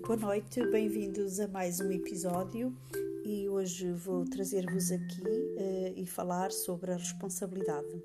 Boa noite, bem-vindos a mais um episódio e hoje vou trazer-vos aqui e falar sobre a responsabilidade.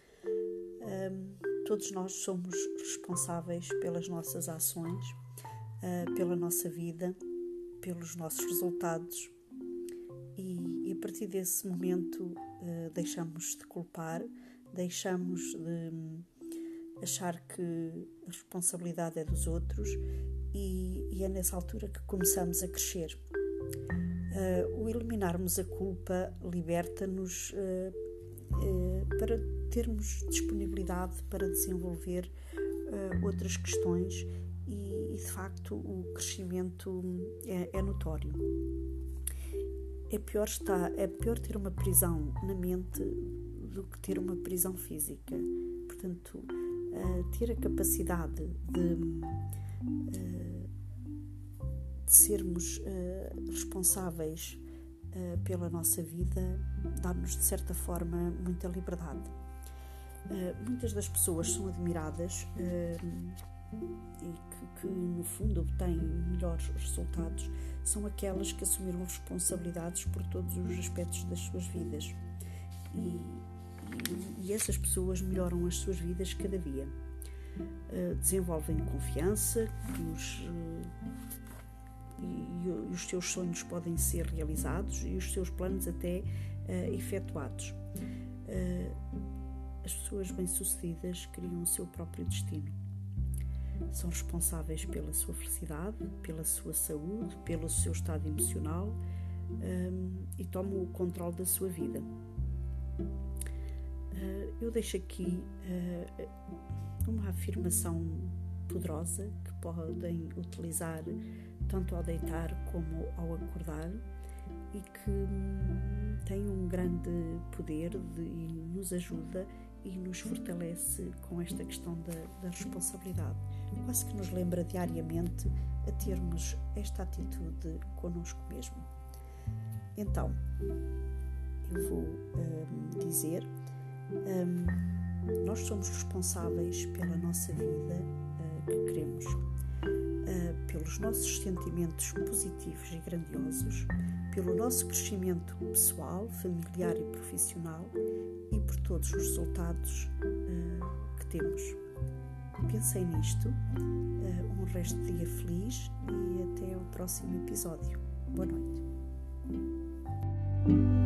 Todos nós somos responsáveis pelas nossas ações, pela nossa vida, pelos nossos resultados e a partir desse momento deixamos de culpar, deixamos de achar que a responsabilidade é dos outros e é nessa altura que começamos a crescer. O eliminarmos a culpa liberta-nos para termos disponibilidade para desenvolver outras questões e de facto o crescimento é notório. É pior ter uma prisão na mente do que ter uma prisão física. Portanto, ter a capacidade de sermos responsáveis pela nossa vida dá-nos, de certa forma, muita liberdade. Muitas das pessoas são admiradas e que, no fundo, obtêm melhores resultados são aquelas que assumiram responsabilidades por todos os aspectos das suas vidas. E essas pessoas melhoram as suas vidas cada dia. Desenvolvem confiança e os seus sonhos podem ser realizados e os seus planos até efetuados. As pessoas bem-sucedidas criam o seu próprio destino. São responsáveis pela sua felicidade, pela sua saúde, pelo seu estado emocional e tomam o controle da sua vida. Eu deixo aqui uma afirmação poderosa que podem utilizar tanto ao deitar como ao acordar e que tem um grande poder e nos ajuda e nos fortalece com esta questão da responsabilidade. Quase que nos lembra diariamente a termos esta atitude connosco mesmo. Então, eu vou dizer, nós somos responsáveis pela nossa vida que queremos, pelos nossos sentimentos positivos e grandiosos, pelo nosso crescimento pessoal, familiar e profissional e por todos os resultados que temos. Pensem nisto, um resto de dia feliz e até ao próximo episódio. Boa noite.